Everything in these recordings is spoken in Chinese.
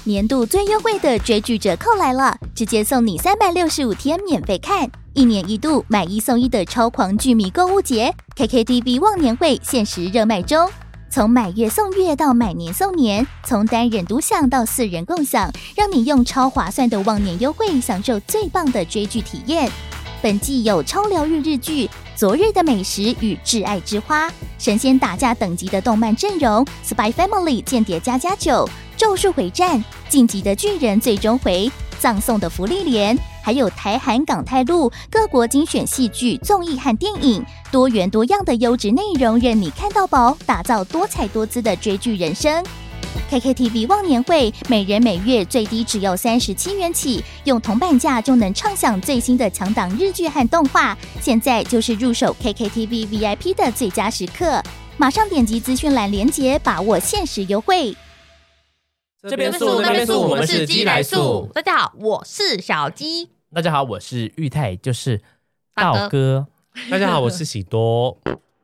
年度最优惠的追剧折扣来了，直接送你365天免费看，1年1度买1送1的超狂剧迷购物节 ，KKTV 忘年会限时热卖中。从买月送月到买年送年，从单人独享到4人共享，让你用超划算的忘年优惠享受最棒的追剧体验。本季有超疗愈日剧《昨日的美食》与《挚爱之花》，神仙打架等级的动漫阵容，《Spy Family》间谍家家酒，《咒术回战》晋级的巨人最终回，葬送的福利连，还有台韩港泰陆各国精选戏剧、综艺和电影，多元多样的优质内容任你看到饱，打造多彩多姿的追剧人生。KKTV 忘年会，每人每月最低只要37元起，用铜板价就能畅享最新的强档日剧和动画。现在就是入手 KKTV VIP 的最佳时刻，马上点击资讯栏连结，把握限时优惠。 这边素那边素，我们是鸡来素。 大家好，我是小鸡。 大家好，我是玉泰，就是道哥。 大家好，我是喜多。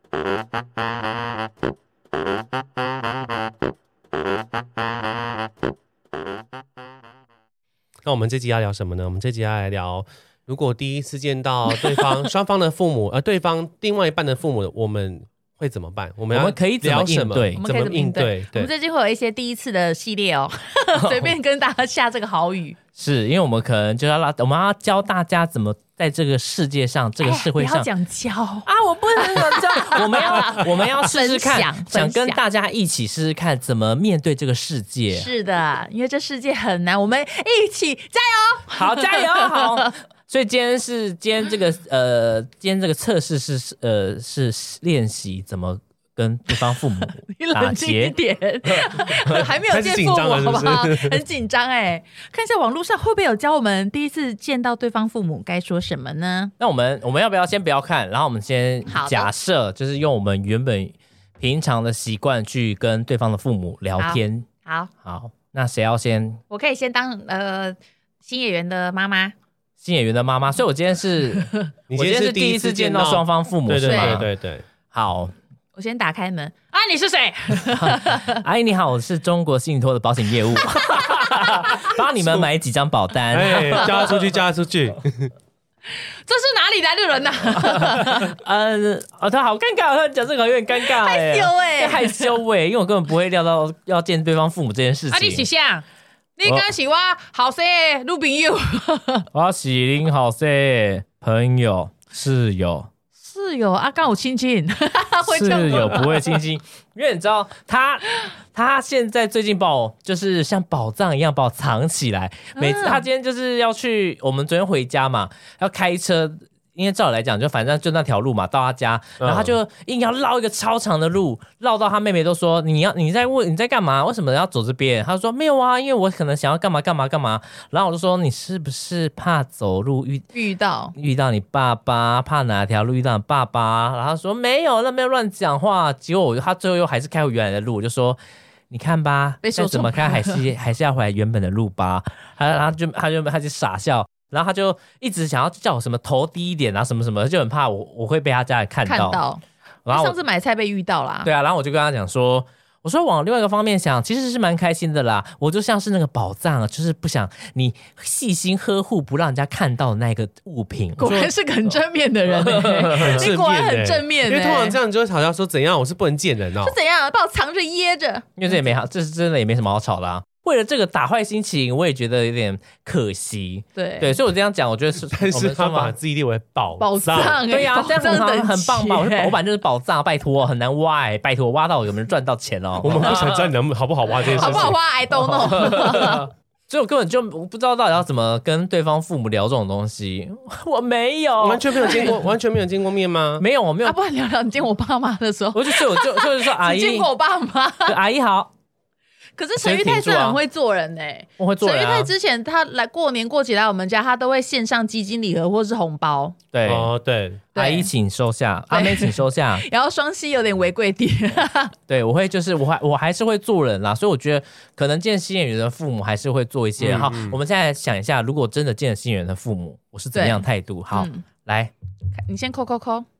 那我们这集要聊什么呢？我们这集要来聊，如果第一次见到对方双方的父母，对方另外一半的父母，我们会怎么办？我们可以聊什么？怎么应对？ 我们最近会有一些第一次的系列哦，随便跟大家下这个好语。 是因为我们可能就要我们要教大家怎么在这个世界上、这个社会上， 不要讲教啊！ 我不能讲教，我们要试试看，想跟大家一起试试看怎么面对这个世界。 是的，因为这世界很难，我们一起加油！ 好，加油！好。所以今天这个测试是练习怎么跟对方父母打结一点，还没有见父母好不好？很紧张哎！看一下网络上会不会有教我们第一次见到对方父母该说什么呢？ 那我们要不要先不要看，然后我们先假设就是用我们原本平常的习惯去跟对方的父母聊天。好，那谁要先？ 我可以先当新演员的妈妈。 新演员的妈妈，所以我今天是第一次见到双方父母，是吗？ 对。 好，我先打开门啊！你是谁？ 阿姨你好，我是中国信托的保险业务，帮你们买几张保单。 叫他出去，叫他出去。 这是哪里来的人呐？ 他好尴尬，他讲这个有点尴尬，害羞因为我根本不会料到要见对方父母这件事情。 你是谁？你敢是我好生的女朋友？ 我是您好生的朋友、室友啊，跟我亲近， 室友不会亲近，因为你知道他现在最近把我就是像宝藏一样把我藏起来。每次他今天就是要去，我们昨天回家嘛，要开车。因为照理来讲，就反正就那条路嘛，到他家，然后他就硬要绕一个超长的路，绕到他妹妹都说你在干嘛？为什么要走这边？他说没有啊，因为我可能想要干嘛。然后我就说你是不是怕走路遇到你爸爸？怕哪条路遇到你爸爸？然后他说没有，那边乱讲话。结果他最后又还是开回原来的路，我就说。你看吧，再怎么看还是要回来原本的路吧。他就傻笑。然后他就一直想要叫我什么头低一点啊，什么什么，就很怕我会被他家人看到。 然后上次买菜被遇到啦。 对啊，然后我就跟他讲说，我说往另外一个方面想，其实是蛮开心的啦。我就像是那个宝藏，就是不想你细心呵护，不让人家看到的那个物品。 果然是个很正面的人你果然很正面因为通常这样就会吵架说怎样，我是不能见人哦。 是怎样把我藏着掖着？ 因为这也没好，这是真的也没什么好吵的啊。为了这个打坏心情，我也觉得有点可惜。对，所以我这样讲，我觉得是， 但是他把自己列为宝藏， 对呀，这样很棒吧？我说老板就是宝藏，拜托，很难挖拜托挖到有没有赚到钱哦？ 我们不想知道你好不好挖这件事情， 好不好挖 I don't know。 所以我根本就不知道到底要怎么跟对方父母聊这种东西。我没有， 完全没有见过面吗？ 没有，我没有。 不然聊你见我爸妈的时候， 我就说阿姨， 见过我爸妈， 阿姨好。 可是陈玉泰是很会做人我会做人。 陈玉泰之前他来过年过节来我们家，他都会献上基金礼盒或是红包。 对对， 阿姨请收下，阿妹请收下。 然后双膝有点违规点。 对，我会就是我还是会做人啦，所以我觉得可能见新演员的父母还是会做一些。好，我们现在想一下，如果真的见了新演员的父母，我是怎么样态度？好，来， 你先扣。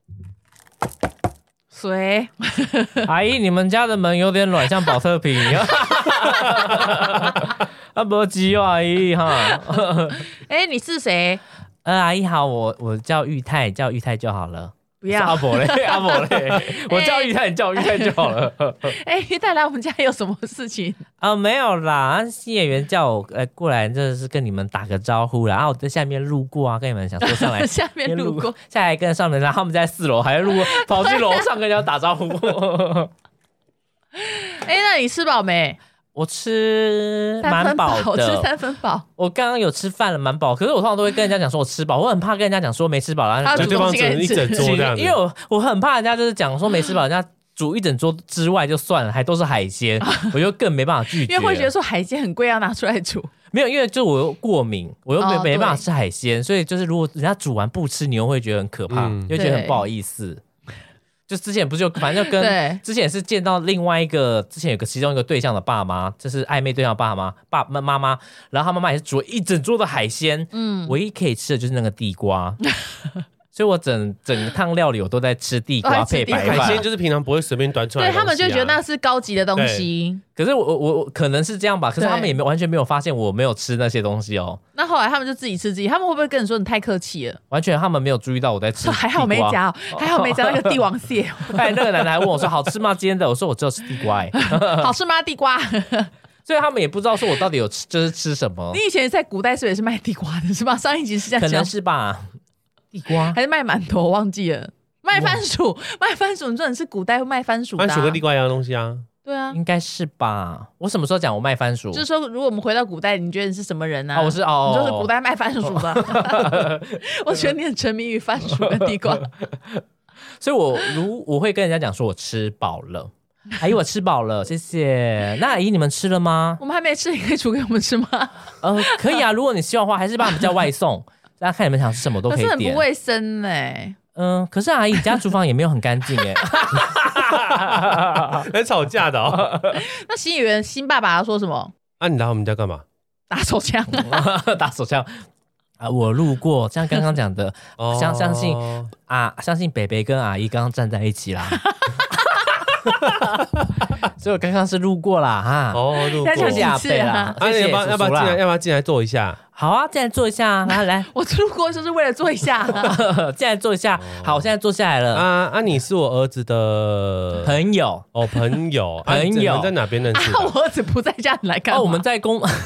谁？ 阿姨，你们家的门有点软，像保特瓶。 不急哦，阿姨哈。 你是谁？ 阿姨好，我叫玉泰，叫玉泰就好了。 不要阿伯嘞，我叫玉泰，你叫玉泰就好了。 玉泰来我们家有什么事情？ 没有啦，新演员叫我过来，就是跟你们打个招呼啦。然后我在下面路过啊，跟你们想说上来下面路过， 下来跟上面，然后他们在4楼，还路过跑去楼上跟人家打招呼。 那你吃饱没？ 我吃蛮饱的， 我吃3分饱。 我刚刚有吃饭了，蛮饱。可是我通常都会跟人家讲说我吃饱，我很怕跟人家讲说没吃饱，然后对方整一整桌这样子。 因为我很怕人家就是讲说没吃饱，人家煮一整桌之外就算了，还都是海鲜，我就更没办法拒绝。 因为会觉得说海鲜很贵，要拿出来煮。 没有，因为就我又过敏，我又没办法吃海鲜，所以就是如果人家煮完不吃，你又会觉得很可怕，又觉得很不好意思。就之前不是反正就跟之前也是见到另外一个之前有个其中一个对象的爸妈，就是暧昧对象的妈妈，然后他妈妈也是煮一整桌的海鲜，唯一可以吃的就是那个地瓜。所以我整趟料理我都在吃地瓜配白饭， 海鲜就是平常不会随便端出来的东西啊。 对他们就觉得那是高级的东西。 可是我可能是这样吧，可是他们也完全没有发现我没有吃那些东西哦。 那后来他们就自己吃自己，他们会不会跟你说你太客气了？ 完全他们没有注意到我在吃地瓜。 还好没夹，还好没夹那个帝王蟹。 那个男的还问我说好吃吗？今天的我说我只有吃地瓜。 好吃吗？地瓜。 所以他们也不知道说我到底有就是吃什么。 你以前在古代是不是也是卖地瓜的是吧？上一集是这样讲， 可能是吧。地瓜还是卖馒头，忘记了。卖番薯，你真的是古代会卖番薯的。 番薯跟地瓜一样的东西啊。 对啊， 应该是吧。我什么时候讲我卖番薯？ 就是说，如果我们回到古代，你觉得你是什么人啊？ 我是你就是古代卖番薯的。我觉得你很沉迷于番薯跟地瓜。 所以我会跟人家讲说我吃饱了。阿姨，我吃饱了，谢谢。那阿姨，你们吃了吗？ 我们还没吃，你可以煮给我们吃吗？ 可以啊，如果你希望的话，还是帮你们叫外送。大家看你们想吃什么都可以点。 可是很不卫生欸。 可是阿姨，你家厨房也没有很干净欸。 很吵架的哦。 那新演员新爸爸要说什么？ 你来我们家干嘛？ 打手枪。 打手枪啊！我路过，像刚刚讲的，相信北北跟阿姨刚刚站在一起啦。所以我刚刚是路过啦哈。 路过。 谢谢阿伯啦。 要不要进来坐一下？ 好啊，进来坐一下。来， 我路过就是为了坐一下。 进来坐一下。好，我现在坐下来了。 你是我儿子的朋友。 朋友。你们在哪边认识的？ 我儿子不在家，你来干嘛？ 我们在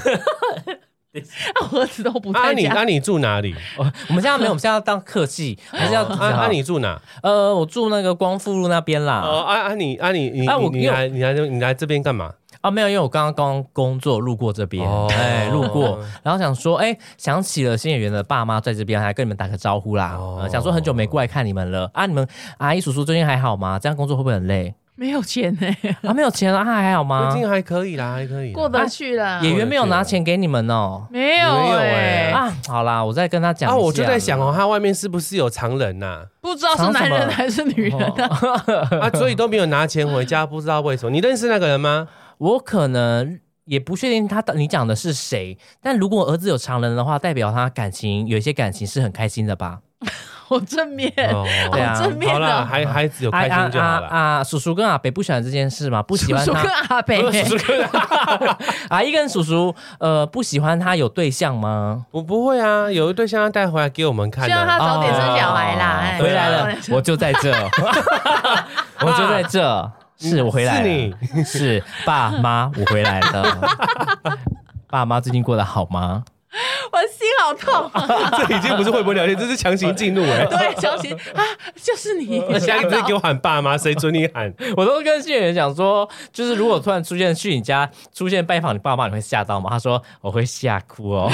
我儿子都不在家。 你住哪里？ 我们现在没有，我们现在要当客气，还是要？ 你住哪？ 我住那个光复路那边啦。 你来这边干嘛？ 没有，因为我刚工作路过这边，路过，然后想说，想起了新演员的爸妈在这边，还跟你们打个招呼啦。想说很久没过来看你们了你们阿姨叔叔最近还好吗？这样工作会不会很累？ 没有钱没有钱啊，还好吗？ 最近还可以啦，还可以过得去啦。 演员没有拿钱给你们哦？ 没有好啦，我再跟他讲一下。 我就在想他外面是不是有藏人呐？ 不知道是男人还是女人啊？ 所以都没有拿钱回家，不知道为什么。你认识那个人吗？ 我可能也不确定你讲的是谁，但如果儿子有常人的话，代表他有一些感情是很开心的吧。 好正面， 对啊， 正面。 好啦，孩子有开心就好了。 叔叔跟阿北不喜欢这件事吗？不喜欢他。 叔叔跟阿北， 阿姨跟叔叔，不喜欢他有对象吗？ 我不会啊，有一对象要带回来给我们看。 希望他早点生小孩啦。 回来了，我就在这，我就在这。是我回来了，是爸妈，我回来了。爸妈最近过得好吗？ 我心好痛。 这已经不是会不会聊天，这是强行进入对，强行就是你。 现在一直给我喊爸妈，谁准你喊？ 我都跟新演员讲说，就是如果突然去你家出现拜访你爸妈，你会吓到吗？他说我会吓哭哦。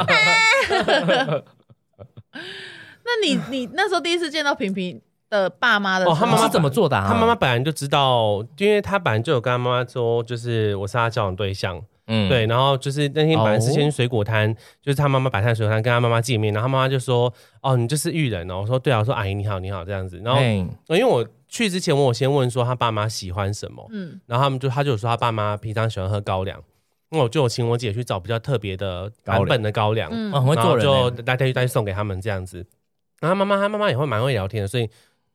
那你那时候第一次见到平平的爸妈的时候， 他妈妈是怎么做的？ 他妈妈本来就知道，因为他本来就有跟他妈妈说，就是我是他交往对象。对，然后就是那天本来是先水果摊，就是他妈妈摆摊水果摊，跟他妈妈见面，然后他妈妈就说：“你就是玉人哦。”我说：“对啊。”我说：“阿姨你好，你好。”这样子。然后因为我去之前，我先问说他爸妈喜欢什么，然后他就有说他爸妈平常喜欢喝高粱，那我就有请我姐去找比较特别的版本的高粱， 很会做人， 然后就带去送给他们这样子。然后他妈妈也会蛮会聊天的，所以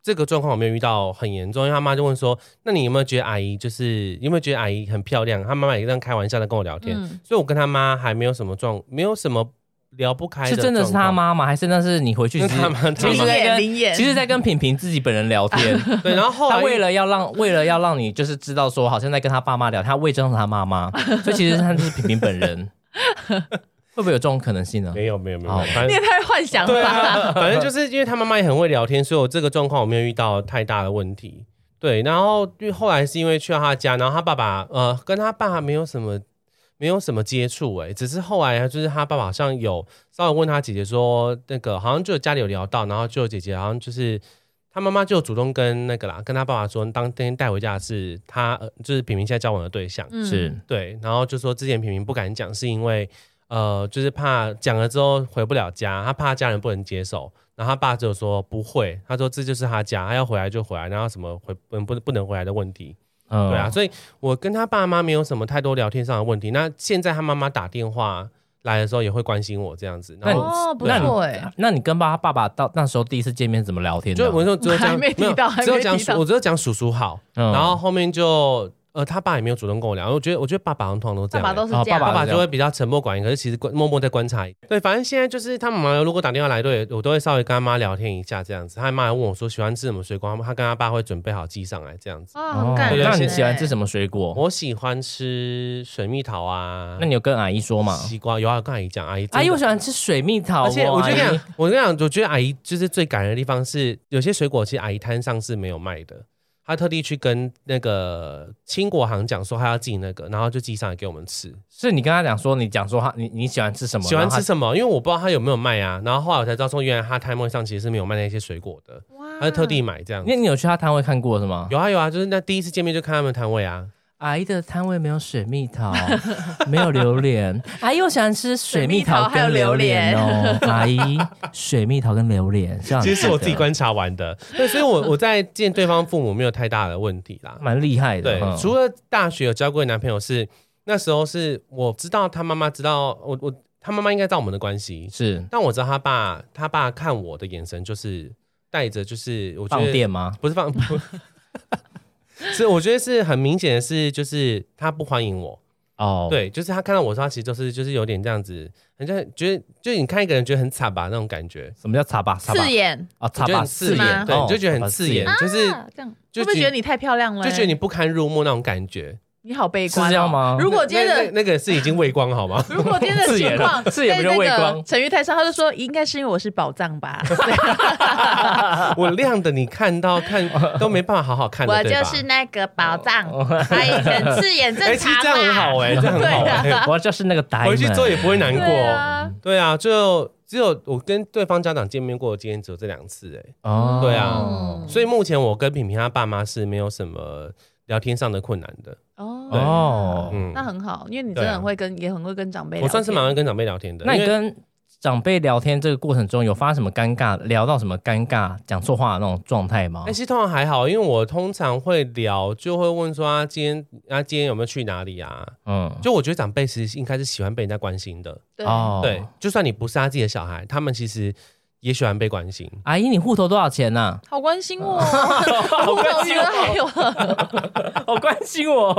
这个状况我没有遇到很严重，因为他妈就问说，那你有没有觉得阿姨很漂亮？他妈妈也这样开玩笑的跟我聊天，所以我跟他妈还没有什么聊不开的。 是真的是他妈吗？还是那是你回去其实在跟品品自己本人聊天？ 对，然后后来他为了要让你就是知道说，好像在跟他爸妈聊，他伪装成他妈妈，所以其实他就是品品本人。会不会有这种可能性呢？ 没有， 你也太幻想了吧。 反正就是因为他妈妈也很会聊天，所以我这个状况我没有遇到太大的问题。对，然后后来是因为去到他家，然后他爸爸跟他爸没有什么接触，只是后来就是他爸爸好像有稍微问他姐姐说，那个好像就家里有聊到，然后就姐姐好像就是他妈妈就主动跟他爸爸说，当天带回家的是他就是品品现在交往的对象， 是对， 然后就说之前品品不敢讲，是因为就是怕讲了之后回不了家，他怕家人不能接受。然后他爸就说不会，他说这就是他家，他要回来就回来，然后什么不能回来的问题。对啊，所以我跟他爸妈没有什么太多聊天上的问题。那现在他妈妈打电话来的时候也会关心我这样子。然后不错那你跟爸爸到那时候第一次见面怎么聊天的？ 就我说只有讲我只有讲叔叔好，然后后面就。他爸也没有主动跟我聊，我觉得爸爸好像通常都这样， 爸爸都是这样， 爸爸就会比较沉默寡言，可是其实默默在观察。对，反正现在就是他妈妈如果打电话来，我都会稍微跟他妈聊天一下这样子。他妈还问我说喜欢吃什么水果，他跟他爸会准备好寄上来这样子。 很感人。 那你喜欢吃什么水果？ 我喜欢吃水蜜桃啊。 那你有跟阿姨说吗？ 西瓜有啊，跟阿姨讲，阿姨我喜欢吃水蜜桃。 而且我跟你讲，我觉得阿姨就是最感人的地方是，有些水果其实阿姨摊上是没有卖的。他特地去跟那个青果行讲说他要寄那个，然后就寄上来给我们吃。 是你跟他讲说，你讲说你喜欢吃什么？ 喜欢吃什么？因为我不知道他有没有卖啊。然后后来我才知道说，原来他摊位上其实是没有卖那些水果的。他是特地买这样子。 你有去他摊位看过是吗？ 有啊，就是那第一次见面就看他们摊位啊。 阿姨的摊位没有水蜜桃，没有榴莲。阿姨我喜欢吃水蜜桃跟榴莲哦。阿姨，水蜜桃跟榴莲， 其实是我自己观察完的。对，所以我在见对方父母没有太大的问题啦， 蛮厉害的。 对，除了大学有交过男朋友是那时候是我知道他妈妈知道他妈妈应该知道我们的关系是， 但我知道他爸看我的眼神就是带着就是我觉得放电吗？ 不是放。是，我觉得是很明显的是，就是他不欢迎我哦。对，就是他看到我说，他其实就是有点这样子，人家觉得就是你看一个人觉得很惨吧那种感觉。 什么叫惨吧？ 刺眼啊，惨吧刺眼，对，你就觉得很刺眼，就是这样，会不会觉得你太漂亮了？ 就觉得你不堪入目那种感觉。 你好悲观， 是这样吗？ 如果今天的那个是已经畏光好吗？ 如果今天的情况刺眼不就畏光？ 陈玉泰上他就说，应该是因为我是宝藏吧。 我亮的你看都没办法好好看的， 我就是那个宝藏，他以前刺眼正常嘛。 这样很好这样很好我就是那个diamond， 回去之后也不会难过。对啊，就只有我跟对方家长见面过的经验只有这2次对啊，所以目前我跟品品他爸妈是没有什么聊天上的困难的。 那很好，因为你真的也很会跟长辈聊天。 我算是蛮会跟长辈聊天的。 那你跟长辈聊天这个过程中有发生什么尴尬，聊到什么尴尬讲错话的那种状态吗？ 其实通常还好，因为我通常会聊，就会问说今天有没有去哪里啊？就我觉得长辈其实应该是喜欢被人家关心的。对，就算你不是他自己的小孩，他们其实也喜欢被关心。 阿姨，你户头多少钱啊？ 好关心我，户头余额还有， 好关心我。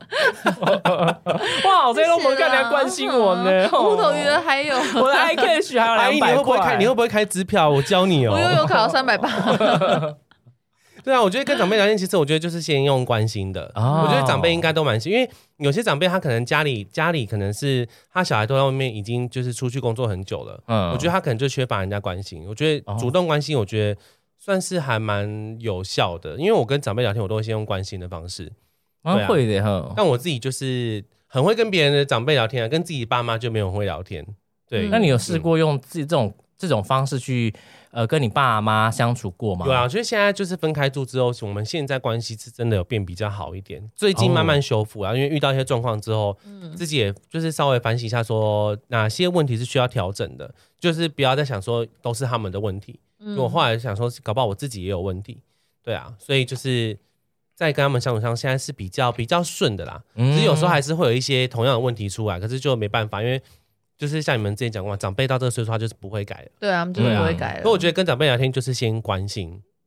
哇，这都没干人关心我呢。 户头余额还有， 我的 iCash 还有200块。 你会不会开支票？我教你哦。 我有考到380。 对啊，我觉得跟长辈聊天，其实我觉得就是先用关心的。我觉得长辈应该都蛮，因为有些长辈他可能家里可能是他小孩都在外面已经就是出去工作很久了，我觉得他可能就缺乏人家关心。我觉得主动关心，我觉得算是还蛮有效的，因为我跟长辈聊天，我都会先用关心的方式。 会的哈。 但我自己就是很会跟别人的长辈聊天跟自己爸妈就没有很会聊天。对， 那你有试过用自己这种方式去跟你爸妈相处过吗？ 有啊，我觉得现在就是分开住之后，我们现在关系是真的有变比较好一点，最近慢慢修复啊。因为遇到一些状况之后，自己也就是稍微反省一下，说哪些问题是需要调整的，就是不要再想说都是他们的问题。我后来想说，搞不好我自己也有问题，对啊，所以就是在跟他们相处上，现在是比较顺的啦。只是有时候还是会有一些同样的问题出来，可是就没办法，因为就是像你们之前讲过，长辈到这个岁数他就是不会改了。 对啊，他们就是不会改了。 所以我觉得跟长辈聊天就是先关心，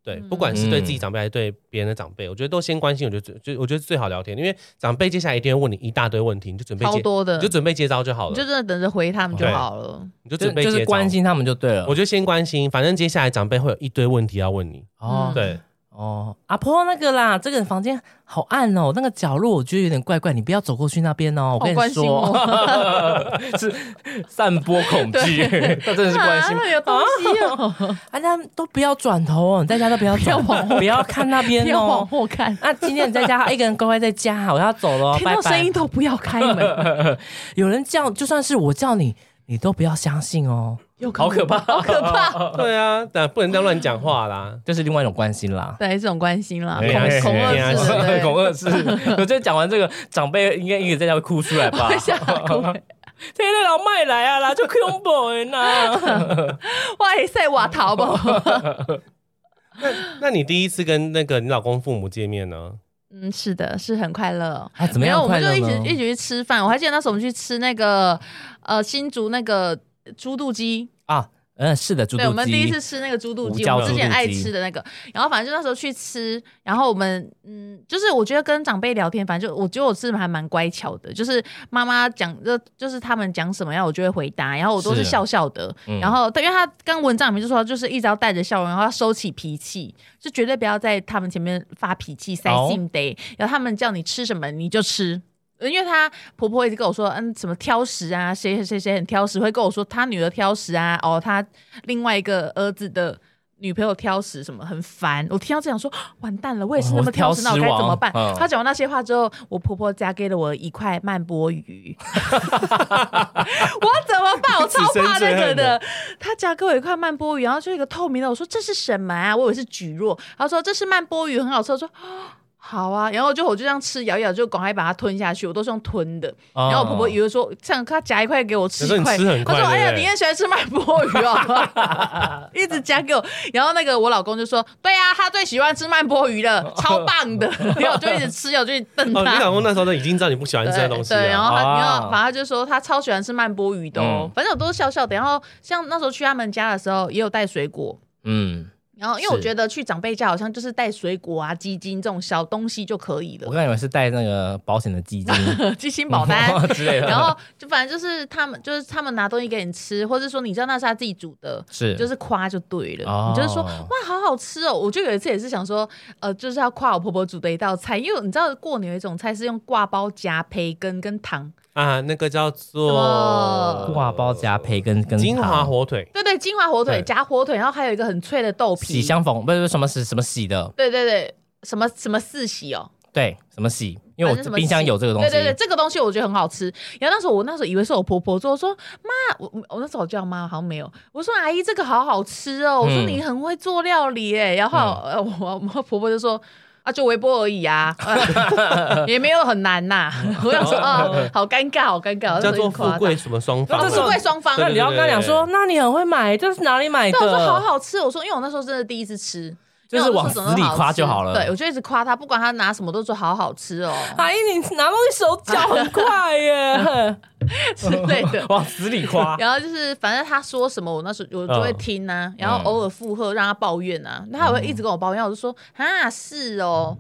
对，不管是对自己长辈还是对别人的长辈，我觉得都先关心，我觉得最好聊天，因为长辈接下来一定会问你一大堆问题，你就准备超多的， 你就准备接招就好了， 你就真的等着回他们就好了， 你就准备接招， 就是关心他们就对了。 我觉得先关心，反正接下来长辈会有一堆问题要问你。对。 阿婆那个啦，这个房间好暗哦，那个角落我觉得有点怪怪，你不要走过去那边哦。我跟你说，是散播恐惧，他真的是关心。 有东西哦， 大家都不要转头哦，你在家都不要转，不要看那边哦， 不要往后看。 那今天你在家，一个人乖乖在家，我要走了， 听到声音都不要开门。 有人叫，就算是我叫你，你都不要相信哦。好可怕， 好可怕！ 对啊，但不能这样乱讲话啦， 这是另外一种关心啦。 对，这种关心啦， 恐吓式， 恐吓式。我觉得讲完这个，长辈应该一个在家会哭出来吧？ 会吓哭。 天天老卖来啊啦，就恐怖的啦！ 我会说话头不？ 那你第一次跟那个你老公父母见面呢？ 是的，是很快乐。 怎么样快乐呢？ 我们就一起去吃饭。我还记得那时候我们去吃那个新竹那个猪肚鸡啊。是的，猪肚鸡。 对，我们第一次吃那个猪肚鸡，我之前爱吃的那个。然后反正就那时候去吃，然后我们就是我觉得跟长辈聊天，反正就我觉得我吃的还蛮乖巧的，就是妈妈讲就是他们讲什么，然后我就会回答，然后我都是笑笑的。然后因为他刚文章里面就说，就是一直要带着笑容，然后要收起脾气，就绝对不要在他们前面发脾气、塞性得，然后他们叫你吃什么你就吃。因为她婆婆一直跟我说，什么挑食啊，谁很挑食，会跟我说她女儿挑食啊，她另外一个儿子的女朋友挑食，什么很烦。我听到这样说，完蛋了，我也是那么挑食，那我该怎么办？她讲完那些话之后，我婆婆夹给了我一块慢波鱼，我怎么办？我超怕那个的。她夹给我一块慢波鱼，然后就一个透明的，我说这是什么啊？我以为是蒟蒻，她说这是慢波鱼，很好吃。我说好啊，然后我就这样吃，咬一咬就赶快把它吞下去，我都是用吞的。然后我婆婆以为说，这样她夹一块给我吃一块，她说：“哎呀，你也喜欢吃慢波鱼哦，一直夹给我。”然后那个我老公就说：“对啊，他最喜欢吃慢波鱼了，超棒的。”然后我就一直吃，我就一直瞪他。 你老公那时候都已经知道你不喜欢吃的东西了。 对，然后反正他就说他超喜欢吃慢波鱼的哦。反正我都是笑笑的。然后像那时候去他们家的时候，也有带水果。然后，因为我觉得去长辈家好像就是带水果啊、基金这种小东西就可以了。 我刚以为是带那个保险的基金、 基金保单之类的。 然后就反正就是他们拿东西给你吃，或者说你知道那是他自己煮的，就是夸就对了。你就是说哇，好好吃哦！我就有一次也是想说，就是要夸我婆婆煮的一道菜，因为你知道过年有一种菜是用挂包夹培根跟糖。 那个叫做挂包夹培根跟金华火腿， 对，金华火腿夹火腿，然后还有一个很脆的豆皮， 喜相逢，不是什么喜的， 对，什么四喜哦， 对，什么喜，因为我冰箱有这个东西， 对，这个东西我觉得很好吃。然后我那时候以为是我婆婆做，我说妈，我那时候我叫妈好像没有，我说阿姨这个好好吃哦，我说你很会做料理耶，然后我婆婆就说。就微波而已啊，也没有很难呐。我想说好尴尬， 叫做富贵什么双方， 富贵双方。 那你要跟他讲说，那你很会买，这是哪里买的？ 我说好好吃，我说因为我那时候真的第一次吃。 就是往死里夸就好了。 对，我就一直夸他，不管他拿什么都说好好吃哦。 阿姨，你拿东西手脚很快耶之类的， 往死里夸。 然后就是反正他说什么，我那时候我就会听啊，然后偶尔附和让他抱怨啊，那他也会一直跟我抱怨，我就说是哦，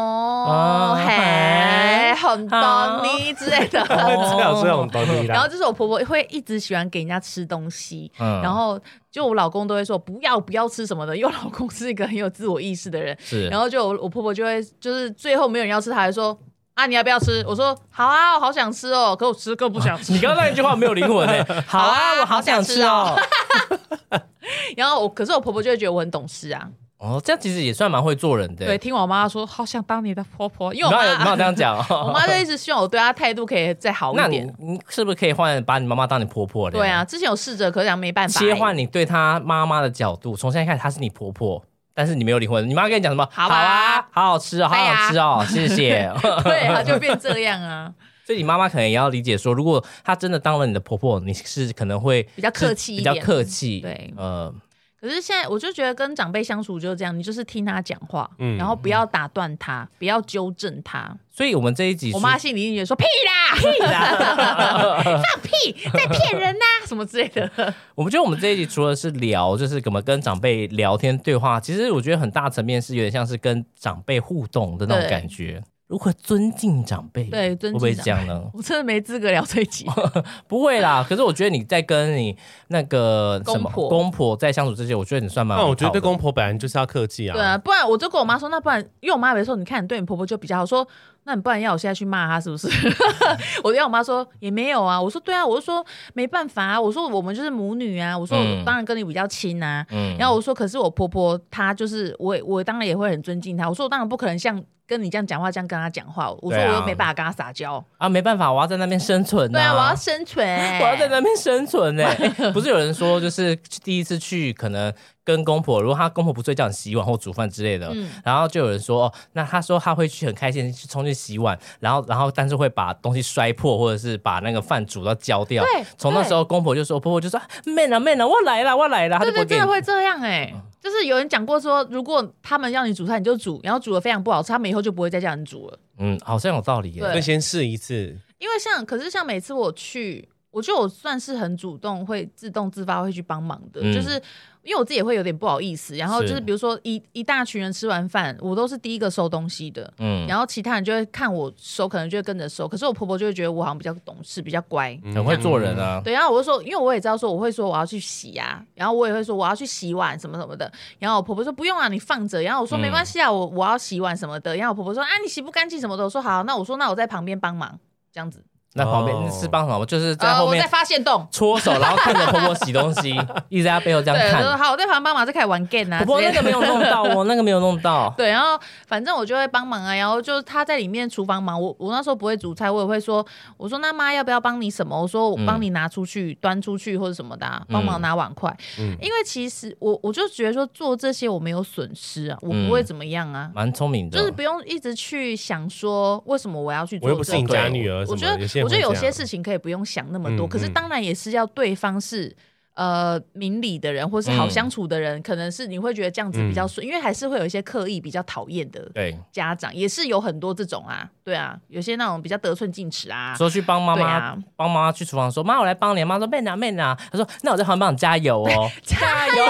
很懂你之类的， 这种懂你啦。 然后就是我婆婆会一直喜欢给人家吃东西，然后。就我老公都会说不要吃什么的，因为我老公是一个很有自我意识的人，然后就我婆婆就会就是最后没有人要吃，他还说你要不要吃？我说好啊，我好想吃哦，可我吃更不想吃。 你刚刚那一句话没有灵魂好啊，我好想吃哦。 然后可是我婆婆就会觉得我很懂事啊。 这样其实也算蛮会做人的。 对，听我妈说，好想当你的婆婆，因为我妈有这样讲。 我妈就一直希望我对她态度可以再好一点。 那你是不是可以把你妈妈当你婆婆？ 对啊，之前有试着，可是没办法。 切换你对她妈妈的角度，从现在开始她是你婆婆，但是你没有离婚。你妈跟你讲什么？好啊，好好吃哦，好好吃哦，谢谢。 对，她就变这样啊。 所以你妈妈可能也要理解说，如果她真的当了你的婆婆，你是可能会比较客气一点， 比较客气。 对， 可是现在我就觉得跟长辈相处就是这样，你就是听他讲话，然后不要打断他，不要纠正他。 所以我们这一集， 我妈心里一直说屁啦，放屁，在骗人呐，什么之类的。 我们觉得我们这一集除了是聊，就是怎么跟长辈聊天对话，其实我觉得很大层面是有点像是跟长辈互动的那种感觉。如何尊敬长辈？ 对，尊敬长辈会不会这样呢？ 我真的没资格聊这一集。 不会啦，可是我觉得你在跟你那个什么公婆在相处之前，我觉得你算蛮好的。 那我觉得对公婆本来就是要客气啊。 对啊，不然我就跟我妈说，那不然，因为我妈有时候你看你对你婆婆就比较好，说那你不然要我现在去骂她是不是？我跟我妈说也没有啊，我说对啊，我就说没办法啊，我说我们就是母女啊，我说我当然跟你比较亲啊，然后我说可是我婆婆她就是我当然也会很尊敬她，我说我当然不可能像跟你这样讲话，这样跟她讲话，我说我又没办法跟她撒娇啊，没办法，我要在那边生存。 对啊，我要生存， 我要在那边生存不是有人说就是第一次去可能跟公婆，如果他公婆不睡觉洗碗或煮饭之类的，然后就有人说那他说他会去很开心去冲去洗碗，然后但是会把东西摔破，或者是把那个饭煮到焦掉。从那时候婆婆就说妹啊，我来了，他就不会给你。 真的会这样就是有人讲过说，如果他们要你煮菜，你就煮，然后煮得非常不好吃，他们以后就不会再叫你煮了。 好像有道理耶。 对，先试一次。 因为可是像每次我去，我觉得我算是很主动，会自动自发会去帮忙的，就是因为我自己也会有点不好意思，然后就是比如说一大群人吃完饭，我都是第一个收东西的，然后其他人就会看我收，可能就会跟着收，可是我婆婆就会觉得我好像比较懂事，比较乖， 很会做人啊。 对，然后我就说，因为我也知道说我会说我要去洗啊，然后我也会说我要去洗碗什么什么的，然后我婆婆说不用啊，你放着，然后我说没关系啊，我要洗碗什么的，然后我婆婆说啊你洗不干净什么的，我说好，那我在旁边帮忙这样子。 那旁边是帮什么？就是在后面我在发现洞搓手，然后看着婆婆洗东西，一直在她背后这样看。 对，好，我在旁边帮忙，再开始玩 game 啊。 婆婆那个没有弄到哦，那个没有弄到。 对，然后反正我就会帮忙啊，然后就她在里面厨房忙，我那时候不会煮菜，我也会说，我说那妈要不要帮你什么？我说我帮你拿出去、端出去或者什么的，帮忙拿碗筷。因为其实我就觉得说做这些我没有损失啊，我不会怎么样啊， 蛮聪明的， 就是不用一直去想说为什么我要去做。 我又不是你家女儿， 我觉得有些事情可以不用想那么多，可是当然也是要对方是明理的人，或是好相处的人，可能是你会觉得这样子比较顺，因为还是会有一些刻意比较讨厌的家长，也是有很多这种啊，对啊，有些那种比较得寸进尺啊， 说去帮妈妈，帮妈妈去厨房说妈我来帮你，妈说妹拿，他说那我在旁边帮你加油哦，加油，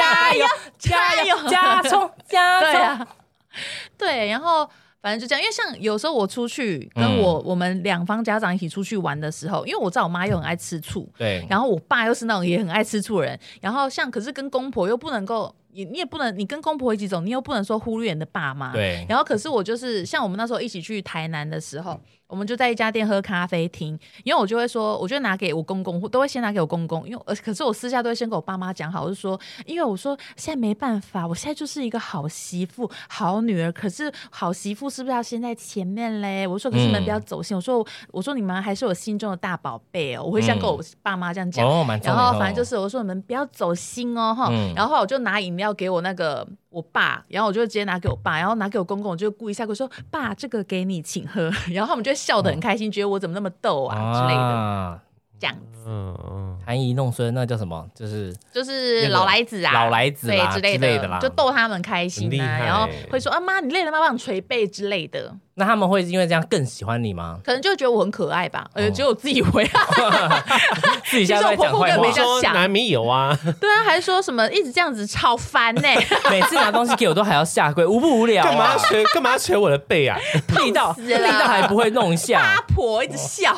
加葱， 对啊，对，然后。反正就这样，因为像有时候我出去跟我们两方家长一起出去玩的时候，因为我知道我妈又很爱吃醋， 对， 然后我爸又是那种也很爱吃醋的人，然后可是跟公婆又不能够，你也不能，你跟公婆一起走，你又不能说忽略你的爸妈， 对， 然后可是我就是像我们那时候一起去台南的时候。我们就在一家店喝咖啡厅，因为我就会说，我就拿给我公公，都会先拿给我公公，因为可是我私下都会先跟我爸妈讲好，我就说，因为我说现在没办法，我现在就是一个好媳妇、好女儿，可是好媳妇是不是要先在前面嘞？我说可是你们不要走心，我说你们还是我心中的大宝贝哦，我会这样跟我爸妈这样讲，然后反正就是我说你们不要走心哦哈，然后后来我就拿饮料给我那个。我爸，然后我就直接拿给我爸，然后拿给我公公，我就故意下跪说：“爸，这个给你，请喝。”然后他们就笑得很开心，觉得我怎么那么逗啊之类的，这样子。 含饴弄孙，那叫什么？就是老来子啊， 老来子对之类的啦， 就逗他们开心啊，然后会说：“啊妈，你累了吗？帮你捶背之类的。” 那他们会因为这样更喜欢你吗？ 可能就觉得我很可爱吧，只有我自以为， 自己现在在讲坏话， 说难免有啊， 对啊，还说什么一直这样子超烦呢？ 每次拿东西给我都还要下跪，无不无聊？ 干嘛要捶我的背啊？ 力道还不会弄一下， 八婆一直笑。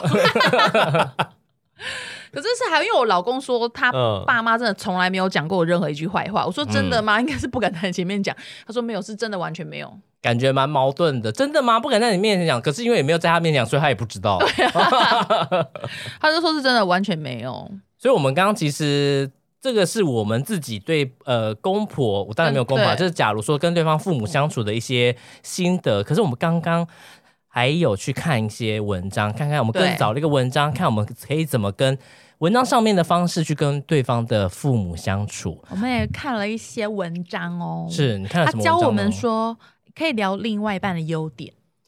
可是还有，因为我老公说他爸妈真的从来没有讲过我任何一句坏话。我说真的吗？应该是不敢在前面讲。他说没有，是真的完全没有。 感觉蛮矛盾的，真的吗？不敢在你面前讲，可是因为也没有在他面前讲，所以他也不知道。 他就说是真的完全没有。 所以我们刚刚其实这个是我们自己对公婆，我当然没有公婆，就是假如说跟对方父母相处的一些心得。可是我们刚刚还有去看一些文章，看看我们各自找了一个文章，看我们可以怎么跟文章上面的方式去跟对方的父母相处。 我们也看了一些文章哦， 是你看了什么文章？ 他教我们说可以聊另外一半的优点。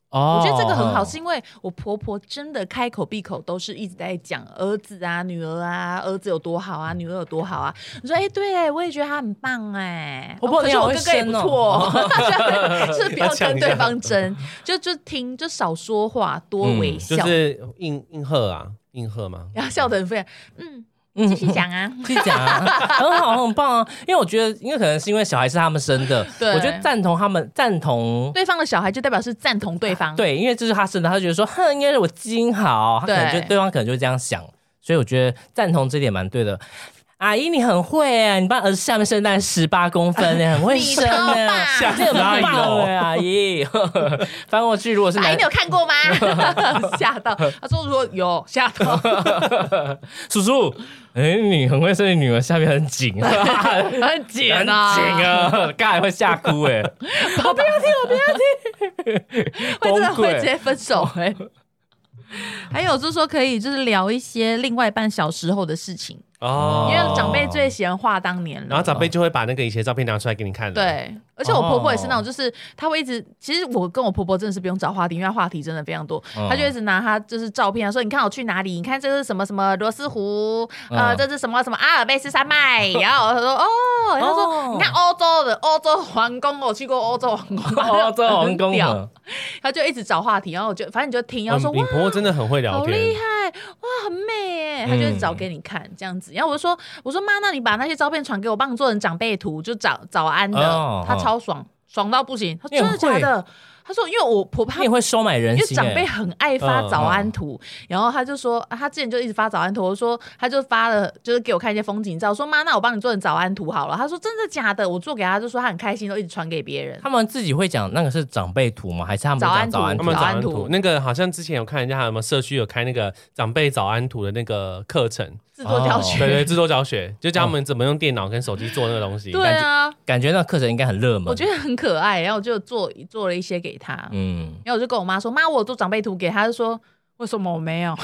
我觉得这个很好，是因为我婆婆真的开口闭口都是一直在讲儿子啊、女儿啊，儿子有多好啊，女儿有多好啊。我说对，我也觉得他很棒婆婆可是我哥哥也不错，就是不要跟对方争，就听，就少说话，多微笑， 就是应和嘛， 然后笑得很非常继续讲啊， 继续讲啊，很好，很棒啊！因为我觉得，因为可能是因为小孩是他们生的，我觉得赞同对方的小孩，就代表是赞同对方。 对，因为这是他生的，他就觉得说，应该是我基因好，他可能就对方可能就会这样想，所以我觉得赞同这点蛮对的。阿姨，你很会啊！你帮儿子下面生大概18公分呢，很会生呢，你很棒哎，阿姨。翻过去，如果是阿姨，你有看过吗？吓到，他说如果有吓到， 叔叔，你很会生，你女儿下面很紧， 很紧啊， 刚才会吓哭哎！ 我不要听，会真的会直接分手哎。还有就是说可以就是聊一些另外一半小时候的事情。因为长辈最喜欢话当年了， 然后长辈就会把那个以前照片拿出来给你看。 对，而且我婆婆也是那种，就是她会一直，其实我跟我婆婆真的是不用找话题，因为她话题真的非常多，她就一直拿她就是照片说，你看我去哪里，你看这是什么什么罗斯湖，这是什么什么阿尔卑斯山脉，然后她说然后说你看欧洲皇宫，我去过欧洲皇宫， 欧洲皇宫， 她就一直找话题，然后我就反正你就听，然后说你婆婆真的很会聊天， 好厉害，哇，很美耶，她就一直找给你看这样子。然后我说妈，那你把那些照片传给我，帮你做成长辈图，就早安的，他超爽到不行。他说真的假的？他说因为我婆婆你也会收买人心， 因为长辈很爱发早安图，然后他就说他之前就一直发早安图，我说他就发了，就是给我看一些风景照，说妈，那我帮你做成早安图好了。他说真的假的？我做给他，就说他很开心，都一直传给别人。 他们自己会讲那个是长辈图吗？还是他们讲早安图？ 那个好像之前有看人家有没有社区有开那个长辈早安图的那个课程。 制作教学， 对，制作教学就教他们怎么用电脑跟手机做那个东西。 对啊， 感觉那个课程应该很热门， 我觉得很可爱，然后我就做了一些给他。然后我就跟我妈说，妈，我有做长辈图给他，就说为什么我没有？